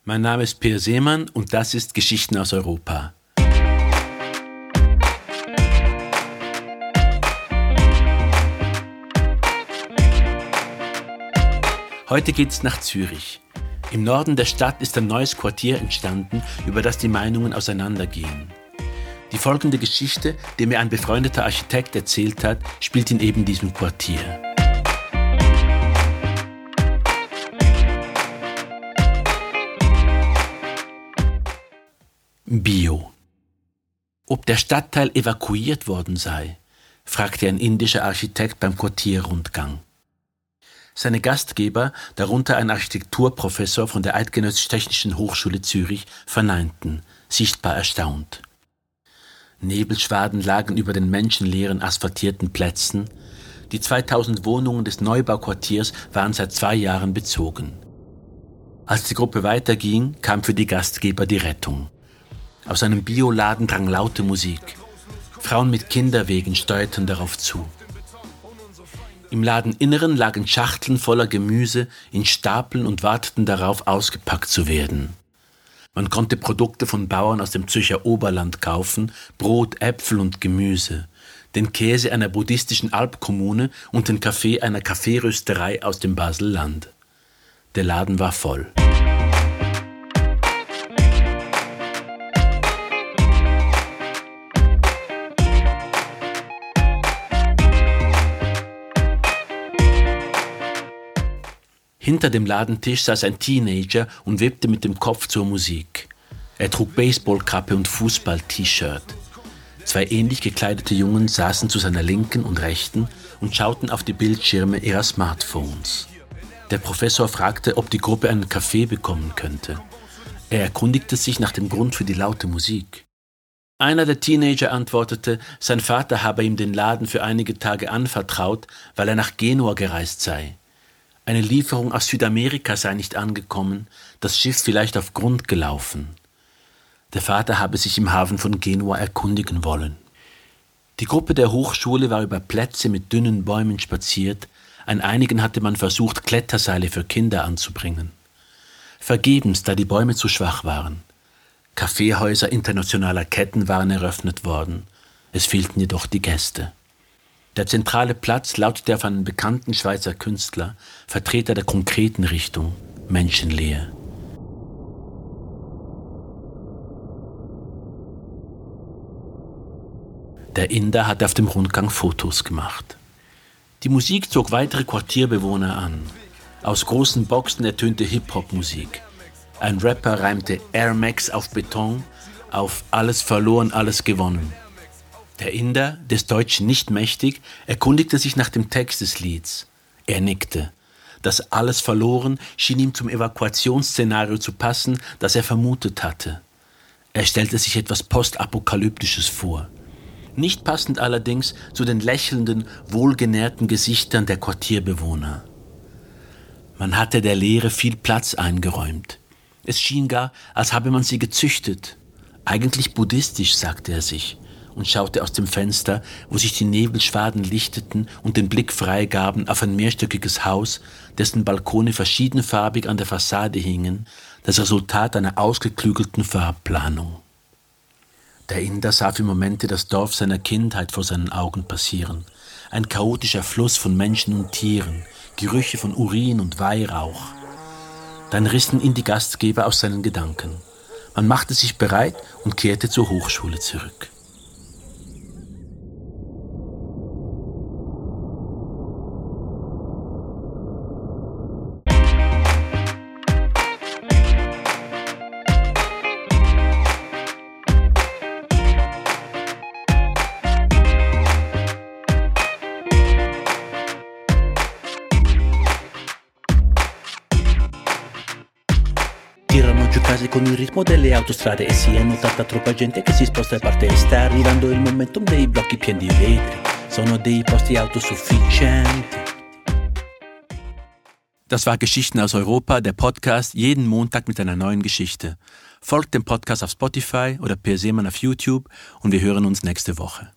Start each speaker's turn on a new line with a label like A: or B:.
A: Mein Name ist Peer Seemann und das ist Geschichten aus Europa. Heute geht's nach Zürich. Im Norden der Stadt ist ein neues Quartier entstanden, über das die Meinungen auseinandergehen. Die folgende Geschichte, die mir ein befreundeter Architekt erzählt hat, spielt in eben diesem Quartier. Bio. Ob der Stadtteil evakuiert worden sei, fragte ein indischer Architekt beim Quartierrundgang. Seine Gastgeber, darunter ein Architekturprofessor von der Eidgenössisch-Technischen Hochschule Zürich, verneinten, sichtbar erstaunt. Nebelschwaden lagen über den menschenleeren asphaltierten Plätzen. Die 2000 Wohnungen des Neubauquartiers waren seit 2 Jahren bezogen. Als die Gruppe weiterging, kam für die Gastgeber die Rettung. Aus einem Bioladen drang laute Musik. Frauen mit Kinderwegen steuerten darauf zu. Im Ladeninneren lagen Schachteln voller Gemüse in Stapeln und warteten darauf, ausgepackt zu werden. Man konnte Produkte von Bauern aus dem Zürcher Oberland kaufen, Brot, Äpfel und Gemüse, den Käse einer buddhistischen Alpkommune und den Kaffee einer Kaffeerösterei aus dem Baselland. Der Laden war voll. Hinter dem Ladentisch saß ein Teenager und wippte mit dem Kopf zur Musik. Er trug Baseballkappe und Fußball-T-Shirt. 2 ähnlich gekleidete Jungen saßen zu seiner Linken und Rechten und schauten auf die Bildschirme ihrer Smartphones. Der Professor fragte, ob die Gruppe einen Kaffee bekommen könnte. Er erkundigte sich nach dem Grund für die laute Musik. Einer der Teenager antwortete, sein Vater habe ihm den Laden für einige Tage anvertraut, weil er nach Genua gereist sei. Eine Lieferung aus Südamerika sei nicht angekommen, das Schiff vielleicht auf Grund gelaufen. Der Vater habe sich im Hafen von Genua erkundigen wollen. Die Gruppe der Hochschule war über Plätze mit dünnen Bäumen spaziert, an einigen hatte man versucht, Kletterseile für Kinder anzubringen. Vergebens, da die Bäume zu schwach waren. Kaffeehäuser internationaler Ketten waren eröffnet worden, es fehlten jedoch die Gäste. Der zentrale Platz lautete auf einen bekannten Schweizer Künstler, Vertreter der konkreten Richtung, menschenleer. Der Inder hatte auf dem Rundgang Fotos gemacht. Die Musik zog weitere Quartierbewohner an. Aus großen Boxen ertönte Hip-Hop-Musik. Ein Rapper reimte Air Max auf Beton, auf alles verloren, alles gewonnen. Der Inder, des Deutschen nicht mächtig, erkundigte sich nach dem Text des Lieds. Er nickte. Das alles verloren schien ihm zum Evakuationsszenario zu passen, das er vermutet hatte. Er stellte sich etwas Postapokalyptisches vor. Nicht passend allerdings zu den lächelnden, wohlgenährten Gesichtern der Quartierbewohner. Man hatte der Leere viel Platz eingeräumt. Es schien gar, als habe man sie gezüchtet. Eigentlich buddhistisch, sagte er sich, und schaute aus dem Fenster, wo sich die Nebelschwaden lichteten und den Blick freigaben auf ein mehrstöckiges Haus, dessen Balkone verschiedenfarbig an der Fassade hingen, das Resultat einer ausgeklügelten Farbplanung. Der Inder sah für Momente das Dorf seiner Kindheit vor seinen Augen passieren. Ein chaotischer Fluss von Menschen und Tieren, Gerüche von Urin und Weihrauch. Dann rissen ihn die Gastgeber aus seinen Gedanken. Man machte sich bereit und kehrte zur Hochschule zurück.
B: Girano giù case con il ritmo delle autostrade e si è notata troppa gente che si sposta e parte e sta arrivando il momentum dei blocchi pieni di vetri. Sono dei posti autosufficienti.
A: Das war Geschichten aus Europa, der Podcast, jeden Montag mit einer neuen Geschichte. Folgt dem Podcast auf Spotify oder Peer Seemann auf YouTube und wir hören uns nächste Woche.